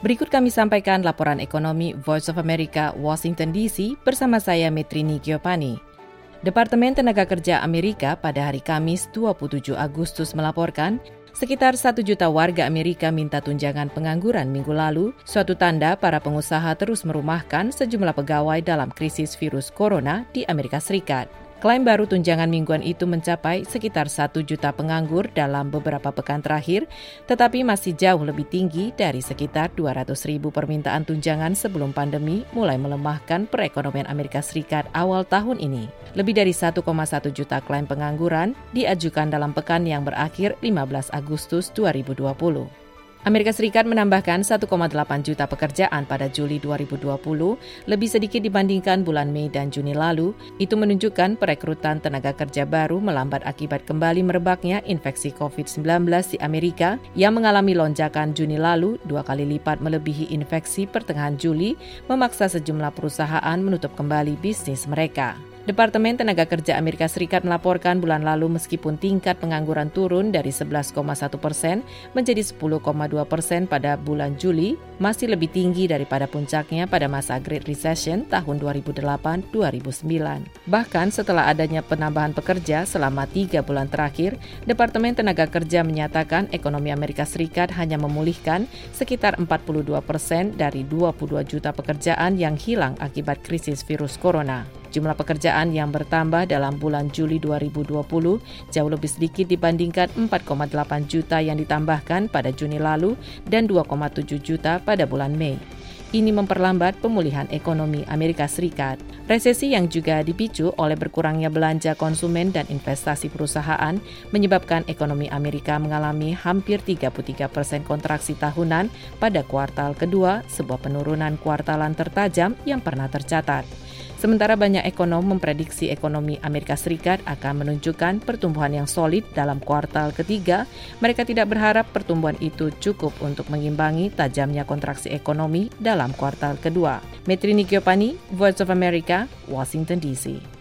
Berikut kami sampaikan laporan ekonomi Voice of America, Washington DC bersama saya Metrini Giovanni. Departemen Tenaga Kerja Amerika pada hari Kamis 27 Agustus melaporkan sekitar 1 juta warga Amerika minta tunjangan pengangguran minggu lalu, suatu tanda para pengusaha terus merumahkan sejumlah pegawai dalam krisis virus corona di Amerika Serikat. Klaim baru tunjangan mingguan itu mencapai sekitar 1 juta penganggur dalam beberapa pekan terakhir, tetapi masih jauh lebih tinggi dari sekitar 200.000 permintaan tunjangan sebelum pandemi mulai melemahkan perekonomian Amerika Serikat awal tahun ini. Lebih dari 1,1 juta klaim pengangguran diajukan dalam pekan yang berakhir 15 Agustus 2020. Amerika Serikat menambahkan 1,8 juta pekerjaan pada Juli 2020, lebih sedikit dibandingkan bulan Mei dan Juni lalu. Itu menunjukkan perekrutan tenaga kerja baru melambat akibat kembali merebaknya infeksi COVID-19 di Amerika yang mengalami lonjakan Juni lalu 2 kali lipat melebihi infeksi pertengahan Juli, memaksa sejumlah perusahaan menutup kembali bisnis mereka. Departemen Tenaga Kerja Amerika Serikat melaporkan bulan lalu meskipun tingkat pengangguran turun dari 11,1% menjadi 10,2% pada bulan Juli, masih lebih tinggi daripada puncaknya pada masa Great Recession tahun 2008-2009. Bahkan setelah adanya penambahan pekerja selama 3 bulan terakhir, Departemen Tenaga Kerja menyatakan ekonomi Amerika Serikat hanya memulihkan sekitar 42% dari 22 juta pekerjaan yang hilang akibat krisis virus corona. Jumlah pekerjaan yang bertambah dalam bulan Juli 2020 jauh lebih sedikit dibandingkan 4,8 juta yang ditambahkan pada Juni lalu dan 2,7 juta pada bulan Mei. Ini memperlambat pemulihan ekonomi Amerika Serikat. Resesi yang juga dipicu oleh berkurangnya belanja konsumen dan investasi perusahaan menyebabkan ekonomi Amerika mengalami hampir 33% kontraksi tahunan pada kuartal kedua, sebuah penurunan kuartalan tertajam yang pernah tercatat. Sementara banyak ekonom memprediksi ekonomi Amerika Serikat akan menunjukkan pertumbuhan yang solid dalam kuartal ketiga, mereka tidak berharap pertumbuhan itu cukup untuk mengimbangi tajamnya kontraksi ekonomi dalam kuartal kedua. Metrini Giovanni, Voice of America, Washington DC.